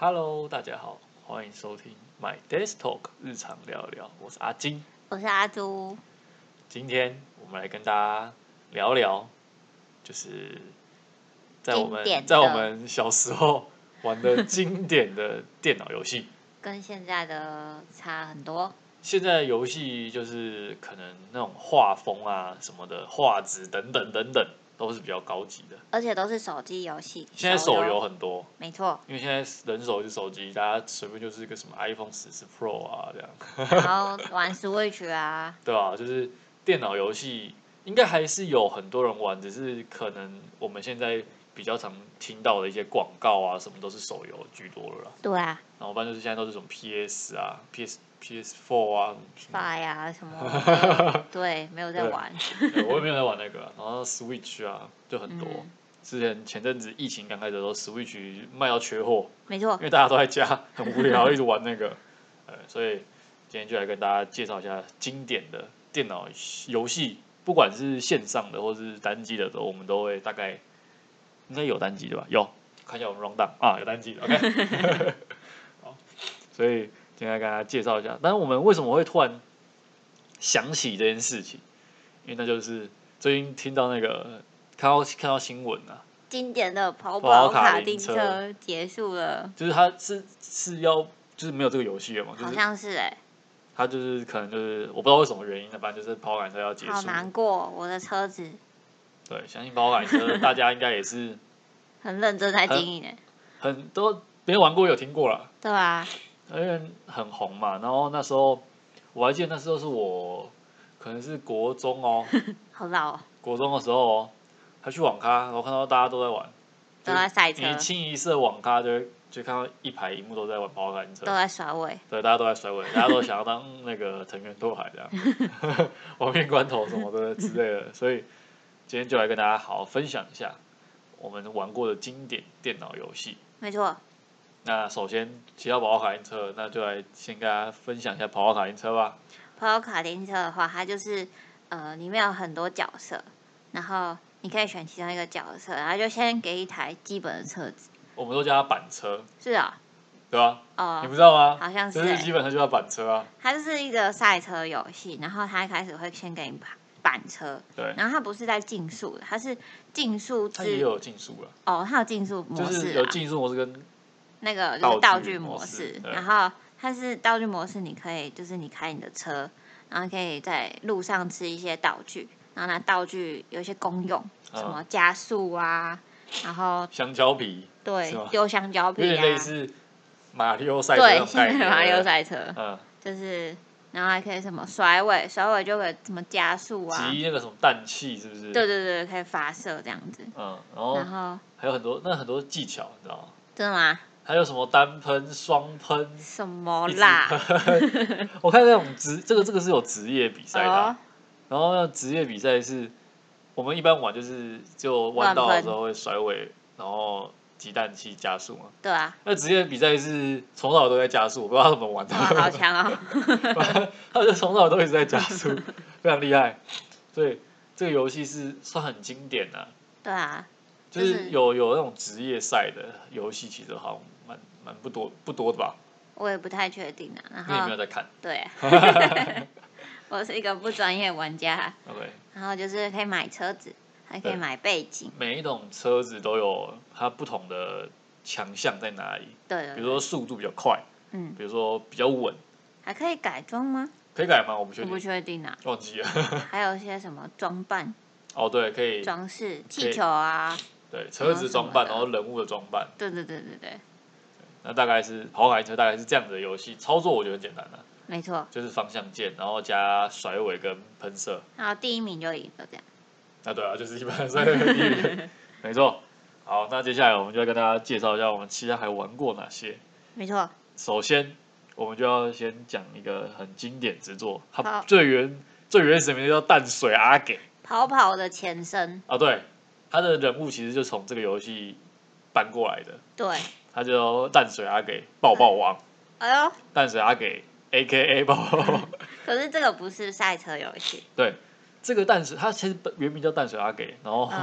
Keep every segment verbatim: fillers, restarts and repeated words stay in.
Hello，大家好，欢迎收听 My Desk Talk 日常聊聊，我是阿金， 我是阿朱。 今天我们来跟大家聊聊，就是在我们在我们小时候玩的经典的电脑游戏， 跟现在的差很多。 现在的游戏就是可能那种画风啊什么的，画质等等等等都是比较高级的， 而且都是手机游戏。 现在手游很多， 没错。 因为现在人手一只手机，大家随便就是一个什么 iPhone 十四 Pro 啊这样， 然后玩 Switch 啊， 对啊，就是电脑游戏应该还是有很多人玩，只是可能我们现在比较常听到的一些广告啊，什么都是手游居多了啦。 对啊。 然后不然就是现在都是什么 P S 啊、P S P S Four 啊、 Five 呀什么，对，没有在玩。 对，我也没有在玩那个、啊。然后 Switch 啊，就很多。 嗯、 之前前阵子疫情刚开始的时候，Switch 卖到缺货， 没错， 因为大家都在家很无聊，一直玩那个。呃，所以今天就来跟大家介绍一下经典的电脑游戏，不管是线上的或是单机的，都我们都会大概应该有单机的吧？有，看一下我们 round down 啊，有单机的 ，OK 好，所以今天来跟大家介绍一下。但是我们为什么会突然想起这件事情？因为那就是最近听到那个看到看到新闻啊， 经典的跑跑跑卡丁车车结束了， 就是它是是要就是没有这个游戏了嘛，就是好像是哎、欸， 它就是可能就是我不知道为什么原因的，反正就是跑跑卡丁车要结束。 好难过，我的车子。 对，相信跑跑卡丁车大家应该也是很认真在经营哎， 很多没玩过有听过啦， 对啊， 因为很红嘛。然后那时候我还记得那时候是我可能是国中哦， 好老哦， 国中的时候哦，还去网咖，然后看到大家都在玩， 都在赛车， 你清一色网咖就会就看到一排荧幕都在玩跑跑卡丁车， 都在甩尾， 对，大家都在甩尾，大家都想要当那个藤原拓海这样，亡命关头什么的之类的，所以今天就来跟大家好好分享一下我们玩过的经典电脑游戏。 没错。 那首先提到跑跑卡丁车，那就来先跟大家分享一下跑跑卡丁车吧。 跑跑卡丁车的话，它就是呃里面有很多角色，然后你可以选其中一个角色，然后就先给一台基本的车子。 我们都叫它板车。 是啊、 哦，对吧？ 哦， 你不知道吗？ 好像是、 欸， 欸， 就是基本上就叫板车啊。 它就是一个赛车游戏，然后它一开始会先给你板车， 对， 然后它不是在竞速的，它是竞速， 它也有竞速了。 哦，它有竞速模式、啊， 就是有竞速模式跟那个就是道具模模式， 式然后它是道具模式，你可以就是你开你的车，然后可以在路上吃一些道具，然后拿道具有一些功用， 嗯、 什么加速啊，然后香蕉皮， 对，丢香蕉皮啊， 有点类似马里奥赛车对， 那种概念， 马里奥赛车， 嗯， 就是然后还可以什么甩尾，甩尾就可以什么加速啊， 集那个什么氮气是不是？ 对对对，可以发射这样子， 嗯，然后然后还有很多那很多技巧，你知道吗？ 真的吗？ 还有什么单喷、双喷？ 什么啦？ 我看那种职，这个这个是有职业比赛的、啊， 哦、 然后那职业比赛是，我们一般玩就是就弯道的时候会甩尾，然后集氮气加速嘛。 对啊。 那职业比赛是从小都在加速，我不知道他怎么玩的。 哇，好强哦！ 他就从小都一直在加速，非常厉害。所以这个游戏是算很经典的、啊。 对啊。 就是有有那种职业赛的游戏，其实好像蛮蛮不多不多的吧？ 我也不太确定啊。然后因为你没有在看。 对、啊。我是一个不专业玩家。 OK。 然后就是可以买车子，还可以买背景。 每一种车子都有它不同的强项在哪里？ 对, 对, 对。 比如说速度比较快， 嗯。 比如说比较稳。 还可以改装吗？ 可以改吗？我不确定。 我不确定啊。 忘记了。 还有一些什么装扮？ 哦，对，可以。 装饰气球啊。 对，车子装扮，然后人物的装扮。 对对对对对。 那大概是跑跑卡丁车，大概是这样子的游戏，操作我觉得很简单的、啊。 没错。 就是方向键，然后加甩尾跟喷射。 然后第一名就赢了这样。 啊，对啊，就是一般赛的第一名。没错。好，那接下来我们就要跟大家介绍一下我们其他还玩过哪些。 没错。 首先，我们就要先讲一个很经典之作，它最原最原始的名字叫淡水阿给。 跑跑的前身。 啊，对。他的人物其实就从这个游戏搬过来的， 对， 他叫淡水阿给抱抱王。 哎呦， 淡水阿给 A K A 抱抱王。 可是这个不是赛车游戏。 对，这个淡水它其实原名叫淡水阿给，然后、嗯、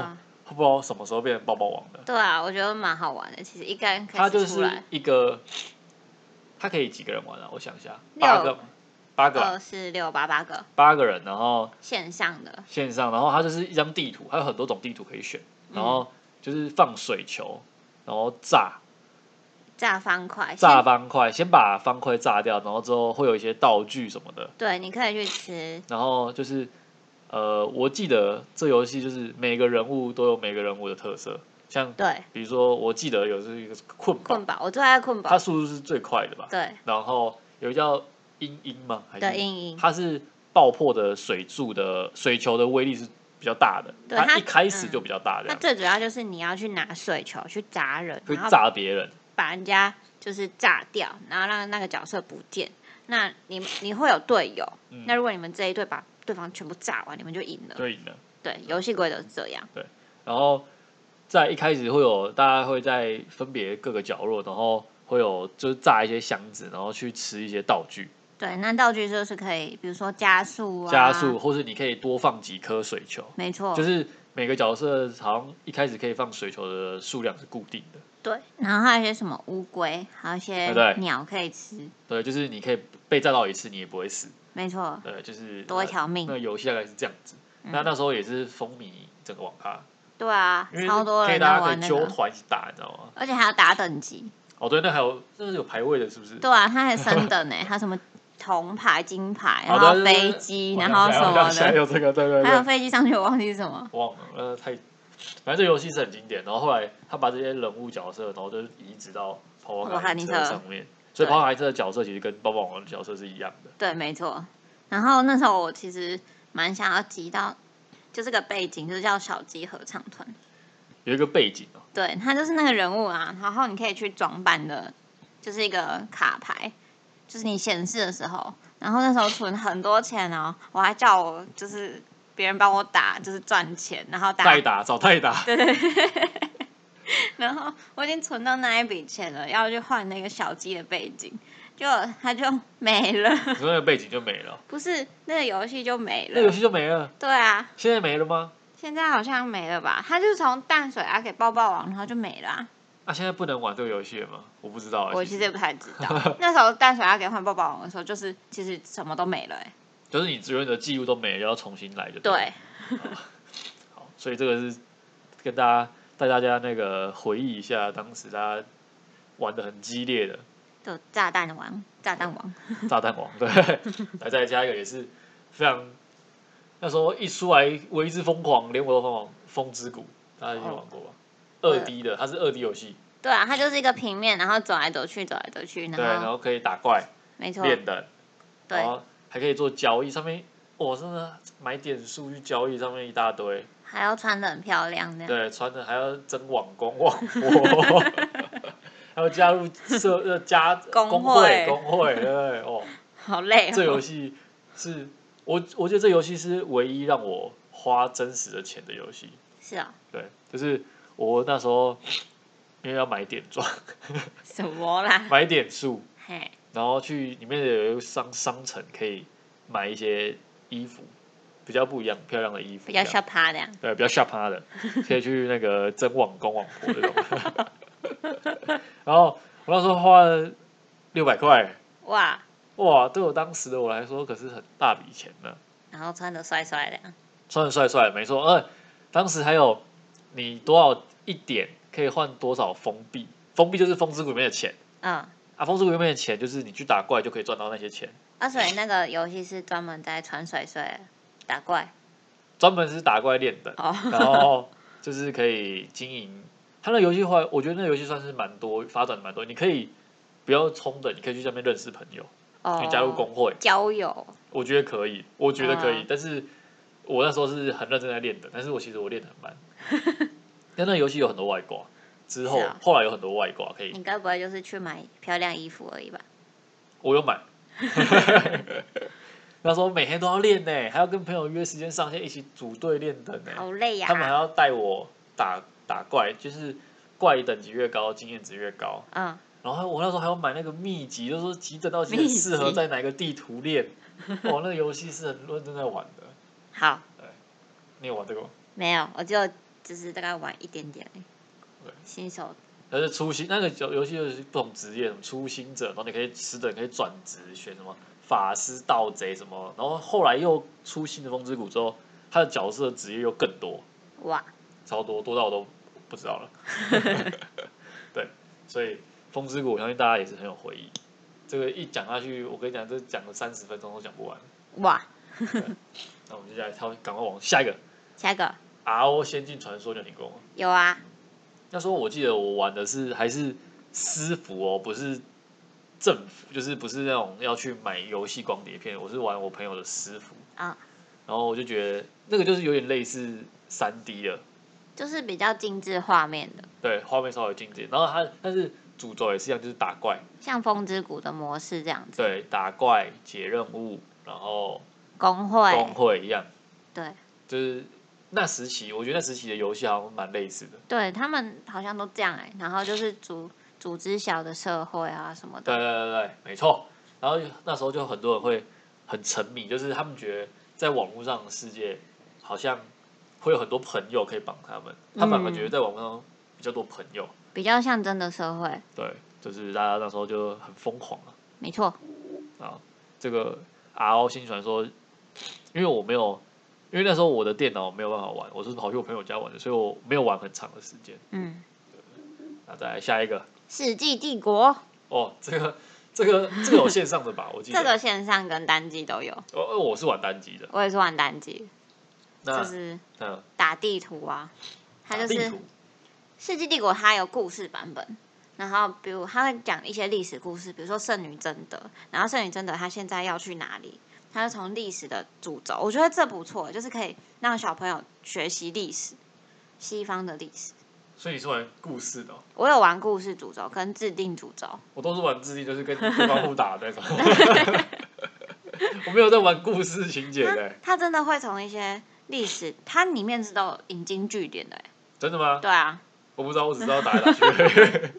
不知道什么时候变成爆爆王的。 对啊，我觉得蛮好玩的。其实一刚开它就是始出来， 一个，它可以几个人玩啊？我想一下， 六八个，八个吧， 二四六八八个八个人，然后线上的， 线上，然后它就是一张地图，它有很多种地图可以选，然嗯， 后就是放水球，然后炸炸方块， 炸先方块，先把方块炸掉，然后之后会有一些道具什么的， 对，你可以去吃， 然后就是呃，我记得这游戏就是每个人物都有每个人物的特色，像对， 比如说我记得有是一个困宝， 困宝，我最爱困它宝， 速度是最快的吧？ 对然后有一个叫鹰鹰吗？还是对阴影， 它是爆破的水柱的水球的威力是比较大的， 对它它一开始嗯就比较大，这它样最主要就是你要去拿水球去砸人， 会然后炸别人。 把人家就是炸掉，然后让那个角色不见。那你你会有队友， 嗯那如果你们这一队把对方全部炸完，你们就赢了。 就赢了。 对，游戏规则是这样。 然后在一开始会有大家会在分别各个角落，然后会有就是炸一些箱子，然后去吃一些道具， 对，那道具就是可以，比如说加速啊， 加速，或是你可以多放几颗水球， 没错， 就是每个角色好像一开始可以放水球的数量是固定的。 对，然后还有一些什么乌龟，还有一些对对鸟可以吃， 对，就是你可以被炸到一次，你也不会死。 没错， 对，就是多一条命那个游戏大概是这样子。 嗯那那时候也是风靡整个网咖， 对啊， 因为超多可以人在大家可以玩那个， 揪团一起打，你知道吗？ 而且还要打等级。 哦，对，那还有那是有排位的，是不是？ 对啊，它还升等呢，还有什么铜牌、金牌，然啊后对对对飞机， 我然想起来我后什么的， 想起来有这个，对对还有对， 飞机上去，我忘记是什么。 忘了，呃，太，反正这游戏是很经典。然后后来他把这些人物角色，然后就移植到跑跑卡丁车上面，所以跑跑卡丁车的角色其实跟爆爆王的角色是一样的。 对，没错。然后那时候我其实蛮想要集到，就这个背景，就是叫小鸡合唱团。 有一个背景哦， 对，它就是那个人物啊，然后你可以去装扮的，就是一个卡牌，就是你显示的时候，然后那时候存很多钱哦，我还叫我就是别人帮我打，就是赚钱，然后打代打找代打， 对对对，然后我已经存到那一笔钱了，要去换那个小鸡的背景，就它就没了， 你说那个背景就没了， 不是那个游戏就没了， 那游戏就没了。 对啊， 现在没了吗？ 现在好像没了吧？它就是从淡水啊给抱抱王，然后就没了、啊。 啊，现在不能玩这个游戏了吗？我不知道啊。 我其实也不太知道。那时候淡水啊给换抱抱王的时候，就是其实什么都没了、欸， 就是你只有你的记录都没了，要重新来就对了。 对， 好，所以这个是跟大家带大家那个回忆一下，当时大家玩的很激烈的就炸弹王，炸弹王， 炸弹王，对，来再加一个也是非常那时候一出来为之疯狂，连我都疯狂，风之谷大家已经玩过吧？二 D 的，它是二 D 游戏， 对啊，它就是一个平面，然后走来走去，走来走去， 对，然然后后可以打怪、 没错， 练等， 对然，后还可以做交易，上面我真的买点数去交易，上面一大堆， 还要穿的很漂亮的， 对，穿的还要争网工网活，还要加入社呃加工工会会工会，对不对？哦， 好累这游哦。 戏是我我觉得这游戏是唯一让我花真实的钱的游戏。 是啊， 对，就是我那时候因为要买点装， 什么啦？ 买点数， 嘿， 然后去里面有一个商商城可以买一些衣服，比较不一样、漂亮的衣服， 比较这样下趴的， 对，比较下趴的，可以去那个真网公网婆这种。然后我那时候花了六百块， 哇， 哇，对我当时的我来说可是很大笔钱呢。 然后穿的帅帅的， 穿的帅帅，没错。呃，当时还有你多少一点可以换多少封闭，封闭就是风之谷里面的钱嗯， 啊。风之谷里面的钱就是你去打怪就可以赚到那些钱， 啊，所以那个游戏是专门在穿帅帅打怪， 专门是打怪练的。 哦， 然后就是可以经营。它那游戏后来，我觉得那游戏算是蛮多发展的蛮多。你可以不要冲的，你可以去上面认识朋友， 哦， 你加入工会， 交友， 我觉得可以，我觉得可以。 嗯但是我那时候是很认真在练的，但是我其实我练的很慢。但那游戏有很多外挂，之后、 是啊后来有很多外挂可以， 你该不会就是去买漂亮衣服而已吧？ 我有买。那时候每天都要练呢，还要跟朋友约时间上线一起组队练等呢。 好累呀、 他们还要带我打打怪，就是怪等级越高，经验值越高。 嗯， 然后我那时候还要买那个秘籍，就是说几等到几秘籍等适合在哪个地图练。哦，那个游戏是很认真在玩的。 好， 你有玩这个吗？ 没有，我就只是大概玩一点点而已。 对， 新手。 但是初心那个游游戏就是不同职业，什么初心者，然后你可以吃的，你可以转职，选什么法师、盗贼什么，然后后来又出新的风之谷之后，他的角色职业又更多， 哇， 超多，多到我都不知道了。对，所以风之谷我相信大家也是很有回忆。这个一讲下去，我跟你讲，这讲了三十分钟都讲不完。 哇， 那我们接下来跳，赶快往下一个下一个 R O 仙境传说，你有听过吗？ 有啊， 那时候我记得我玩的是还是私服哦，不是政府，就是不是那种要去买游戏光碟片，我是玩我朋友的私服啊， 然后我就觉得那个就是有点类似三 D 的， 就是比较精致画面的， 对，画面稍微精简，然后它但是主轴也是一样，就是打怪， 像风之谷的模式这样子。 对，打怪解任务，然后工会。 工会一样， 对。 就是那时期，我觉得那时期的游戏好像蛮类似的。 对他们好像都这样哎、欸，然后就是组组织小的社会啊什么的。 对对对对，没错。然后那时候就很多人会很沉迷，就是他们觉得在网络上的世界好像会有很多朋友可以帮他们，他反而觉得在网络上比较多朋友， 比较像真的社会。 对，就是大家那时候就很疯狂啊。 没错。 啊，这个 R O 新传说，因为我没有，因为那时候我的电脑没有办法玩，我是跑去我朋友家玩的，所以我没有玩很长的时间。 嗯。 那再来下一个， 世纪帝国。 哦，这个这个这个有线上的吧？我记得这个线上跟单机都有。 哦，我是玩单机的。 我也是玩单机， 那就是嗯， 打地图啊，它就是打地图世纪帝国，它有故事版本。然后，比如他会讲一些历史故事，比如说圣女贞德，然后圣女贞德她现在要去哪里？他是从历史的主轴，我觉得这不错，就是可以让小朋友学习历史，西方的历史。 所以你是玩故事的、哦？ 我有玩故事主轴跟制定主轴。 我都是玩智力，就是跟对方互打的那种。我没有在玩故事情节的、欸。 他真的会从一些历史，它里面是都有引经据典的、欸。 真的吗？ 对啊。 我不知道，我只知道打来打去。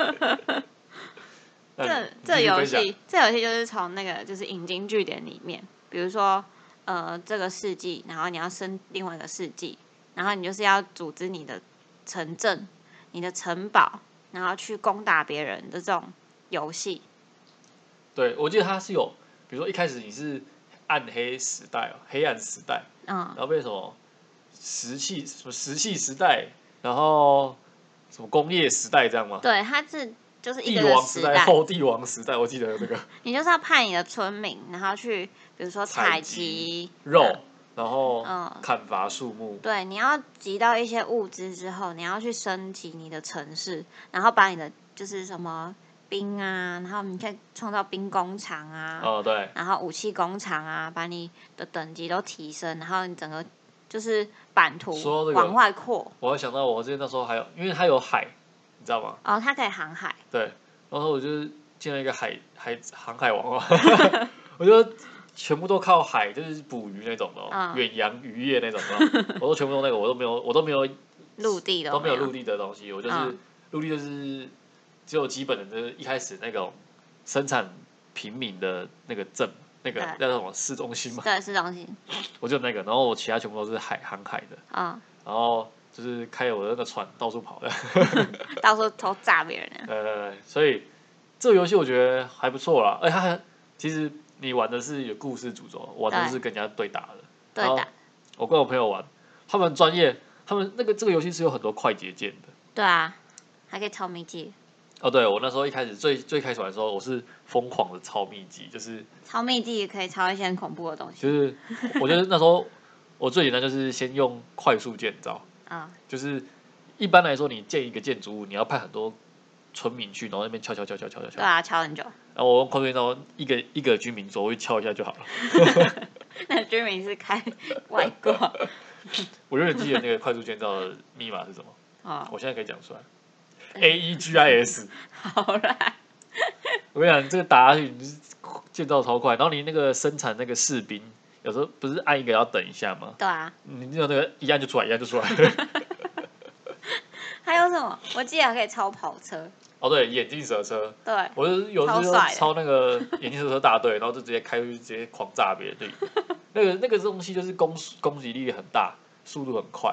这这游戏，这游戏就是从那个就是引经据典里面，比如说呃这个世纪，然后你要升另外一个世纪，然后你就是要组织你的城镇、你的城堡，然后去攻打别人的这种游戏。 对，我记得它是有，比如说一开始你是暗黑时代哦，黑暗时代， 嗯， 然后被什么石器什么石器时代，然后什么工业时代这样吗？ 对，它是就是一个帝王时代后帝王时代，我记得有这个。 你就是要派你的村民，然后去比如说采集肉，然后嗯砍伐树木。 对，你要集到一些物资之后，你要去升级你的城市，然后把你的就是什么兵啊，然后你可以创造兵工厂啊， 哦对， 然后武器工厂啊，把你的等级都提升，然后你整个就是版图往外扩。 我还想到我之前那时候还有，因为它有海，你知道吗？ 哦，它可以航海。 对，然后我就建了一个海海航海王嘛，我就全部都靠海，就是捕鱼那种的、哦，远、嗯、洋渔业那种的，我都全部都那个，我都没有，我都没有陆地的， 都没有陆地的东西，我就是陆、嗯、地就是只有基本的，就是一开始那种生产平民的那个镇，那个叫什么市中心嘛， 对，市中心，我就那个，然后我其他全部都是海航海的，嗯，然后就是开我的那个船到处跑的， 到处都炸别人。 对对对，所以这个游戏我觉得还不错啦，而且它其实你玩的是有故事主轴，玩的是跟人家对打的。 对打。 我跟我朋友玩，他们专业，他们那个这个游戏是有很多快捷键的。 对啊，还可以抄秘籍。 哦，对，我那时候一开始最最开始玩的时候，我是疯狂的抄秘籍，就是抄秘籍也可以抄一些很恐怖的东西。 就是我觉得那时候我最简单就是先用快速建造啊，就是一般来说你建一个建筑物，你要派很多村民去，然后那边敲敲敲敲敲敲敲。 对啊，敲很久。 然后我用快速建造一个一个居民桌，我去敲一下就好了。 那居民是开外挂。 我永远记得那个快速建造的密码是什么。哦，我现在可以讲出来。A E G I S。 好啦。 我跟你讲，这个打下去，你建造超快，然后你那个生产那个士兵，有时候不是按一个要等一下吗？ 对啊。 你那个一按就出来，一按就出来。 还有什么？我记得还可以超跑车。 哦，对，眼镜蛇车。 对。 我就是有时候超那个眼镜蛇车大队，然后就直接开出去，直接狂炸别人。对，那个那个东西就是攻攻击力很大，速度很快，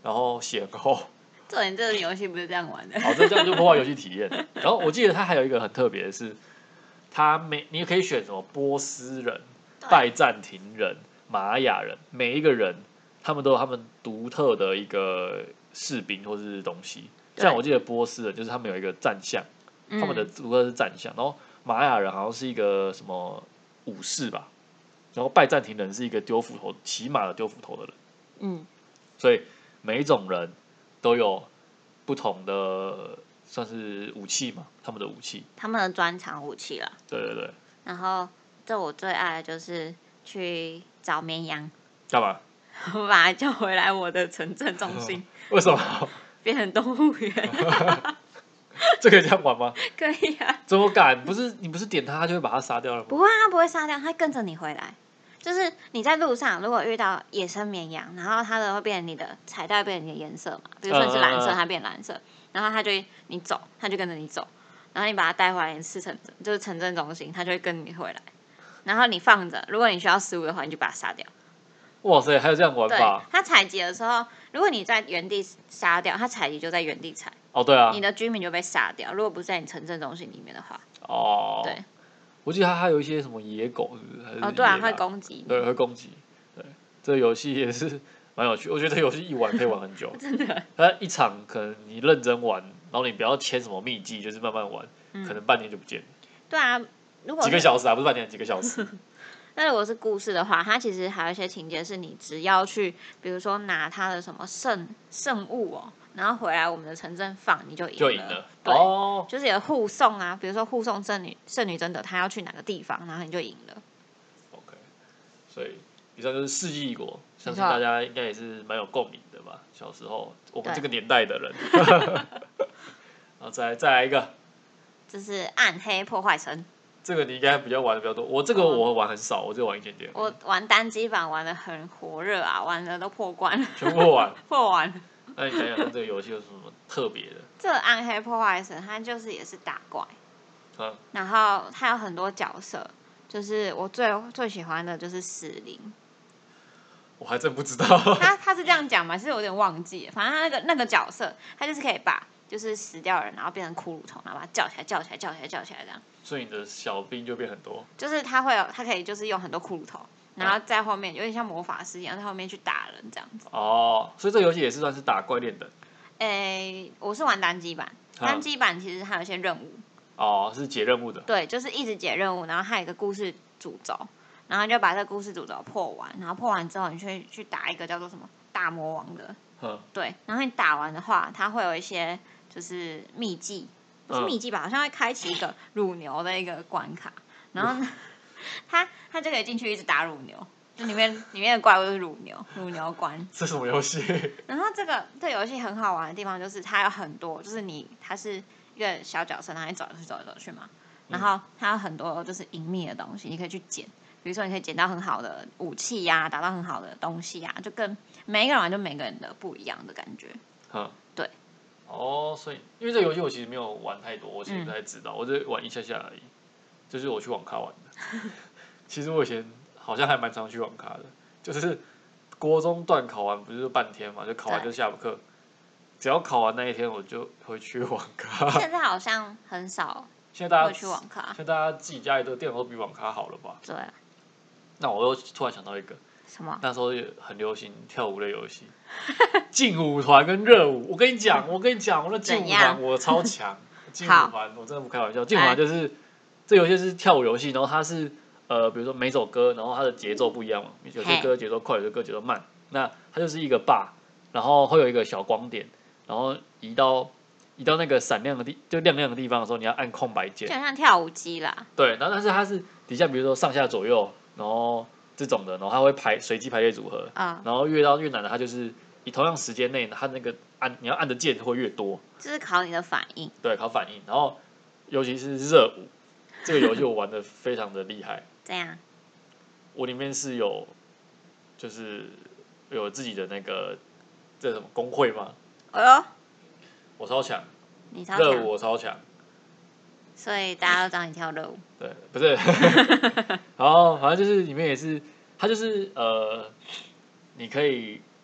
然后血很厚。 重点这个游戏不是这样玩的。 好，这这样就破坏游戏体验。然后我记得它还有一个很特别的是，它每你可以选什么波斯人、拜占庭人、玛雅人，每一个人他们都有他们独特的一个士兵或是东西。像我记得波斯人就是他们有一个战象， 嗯、 他们的独特是战象，然后玛雅人好像是一个什么武士吧，然后拜占庭人是一个丢斧头、骑马的丢斧头的人。 嗯， 所以每一种人都有不同的算是武器嘛，他们的武器， 他们的专长武器啦。 对对对。 然后这我最爱的就是去找绵羊， 干嘛？ 我把它叫回来我的城镇中心。 为什么？ 变成动物园。 这可以这样玩吗？ 可以啊。 怎么敢？不是你不是点它，它就会把它杀掉了吗？ 不会，它不会杀掉，它跟着你回来。就是你在路上如果遇到野生绵羊，然后它的会变成你的彩带，变成你的颜色嘛，比如说你是蓝色，它变蓝色，然后它就你走，它就跟着你走，然后你把它带回来市城就是城镇中心，它就会跟你回来。然后你放着，如果你需要食物的话，你就把它杀掉。 哇塞，还有这样玩法？ 对，它采集的时候，如果你在原地杀掉，它采集就在原地采。 哦，对啊， 你的居民就被杀掉。如果不是在你城镇中心里面的话， 哦， 对。 我记得它还有一些什么野狗，是不是？还是哦，对啊，会攻击。 对，会攻击。对，这个游戏也是蛮有趣。我觉得这游戏一玩可以玩很久。 真的。 它一场可能你认真玩，然后你不要签什么秘籍，就是慢慢玩， 嗯、 可能半天就不见了。 对啊，如果几个小时啊，不是半天，几个小时。 那如果是故事的话，它其实还有一些情节是你只要去，比如说拿它的什么圣圣物哦，然后回来我们的城镇放，你就赢了。 就赢了。 对， 哦， 就是有护送啊，比如说护送圣女圣女贞德，她要去哪个地方，然后你就赢了。 OK， 所以以上就是世纪国，相信大家应该也是蛮有共鸣的吧？小时候我们这个年代的人。然后再来再来一个， 这是暗黑破坏神。 这个你应该比较玩的比较多，我这个我玩很少，我只玩一点点。 我玩单机版玩的很火热啊，玩的都破关了。 全部破完。 破完。 那你讲讲，这个游戏有什么特别的？ 这个暗黑破坏神，它就是也是打怪， 啊、 然后它有很多角色，就是我最最喜欢的就是死灵。 我还真不知道。 他他是这样讲吗？其实我有点忘记了，反正他那个那个角色，他就是可以把就是死掉的人，然后变成骷髅头，然后把他叫起来，叫起来，叫起来，叫起来这样。 所以你的小兵就变很多。 就是他会有，他可以就是用很多骷髅头，然后在后面有点像魔法师一样，在后面去打人这样子。 哦，所以这个游戏也是算是打怪练的。 诶，我是玩单机版，单机版其实还有一些任务。 哦，是解任务的。 对，就是一直解任务，然后还有一个故事主轴，然后就把这个故事主轴破完，然后破完之后，你去去打一个叫做什么大魔王的。 嗯。对， 然后你打完的话，它会有一些就是秘技。不是秘技吧，好像会开启一个乳牛的一个关卡，然后呢，他他就可以进去一直打乳牛，就里面里面的怪物是乳牛，乳牛关。 这什么游戏？ 然后这个这游戏很好玩的地方就是它有很多，就是你它是一个小角色，然后你走来去走来走去嘛，然后它有很多就是隐秘的东西，你可以去捡，比如说你可以捡到很好的武器呀、啊，打到很好的东西呀、啊，就跟每一个人玩就每个人的不一样的感觉。 嗯， 对。 哦，所以因为这个游戏我其实没有玩太多，我其实不太知道，嗯、我只玩一下下而已。就是我去网咖玩的。其实我以前好像还蛮常去网咖的，就是国中段考完不是就半天嘛，就考完就下课，只要考完那一天我就会去网咖。 现在好像很少， 现在大家会去网咖。 现在大家自己家里的电脑都比网咖好了吧？ 对、啊。 那我又突然想到一个。 什么？ 那时候也很流行跳舞类游戏，劲舞团跟热舞。我跟你讲，我跟你讲，我那劲舞团我超强。劲舞团我真的不开玩笑，劲舞团就是这游戏是跳舞游戏，然后它是呃，比如说每首歌，然后它的节奏不一样嘛，有些歌节奏快，有些歌节奏慢。那它就是一个bar，然后会有一个小光点，然后移到移到那个闪亮的地，就亮亮的地方的时候，你要按空白键， 就像跳舞机啦。 对，然后但是它是底下比如说上下左右，然后。这种的，然后它会排随机排列组合， 嗯、 然后越到越难的，它就是以同样时间内，它那个按你要按的键会越多， 这是考你的反应， 对，考反应。然后尤其是热舞，这个游戏我玩的非常的厉害。 这样， 我里面是有，就是有自己的那个这什么工会吗？ 哎呦， 我超强， 你超强， 热舞我超强。 所以大家都找你跳热舞。 对，不是，然后反正就是里面也是，它就是呃，你可以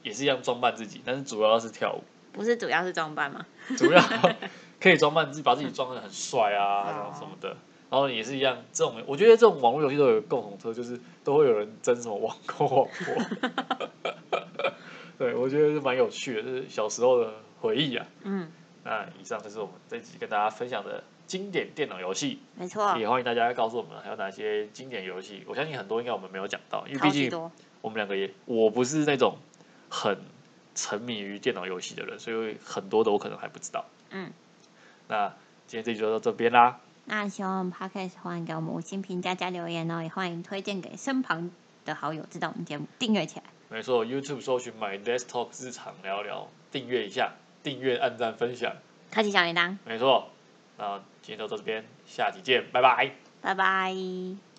也是一样装扮自己，但是主要是跳舞。 不是主要是装扮吗？ 主要可以装扮自己，把自己装得很帅啊， 哦然后什么的。然后也是一样，这种我觉得这种网络游戏都有一个共同特，就是都会有人争什么网公网婆。对，我觉得是蛮有趣的，就是小时候的回忆啊。 嗯， 那以上就是我们这集跟大家分享的经典电脑游戏， 没错， 也欢迎大家告诉我们还有哪些经典游戏。我相信很多应该我们没有讲到，因为毕竟超级多。 我们两个也，我不是那种很沉迷于电脑游戏的人，所以很多的我可能还不知道。 嗯， 那今天这集就到这边啦。 那喜欢我们 Podcast，欢迎给我们五星评价加留言哦，也欢迎推荐给身旁的好友知道我们节目，订阅起来。 没错 ，YouTube 搜寻 My Desktop 日常聊聊，订阅一下，订阅、按赞、分享。 开启小铃铛， 没错，那今天就到这边，下集见，拜拜。 拜拜。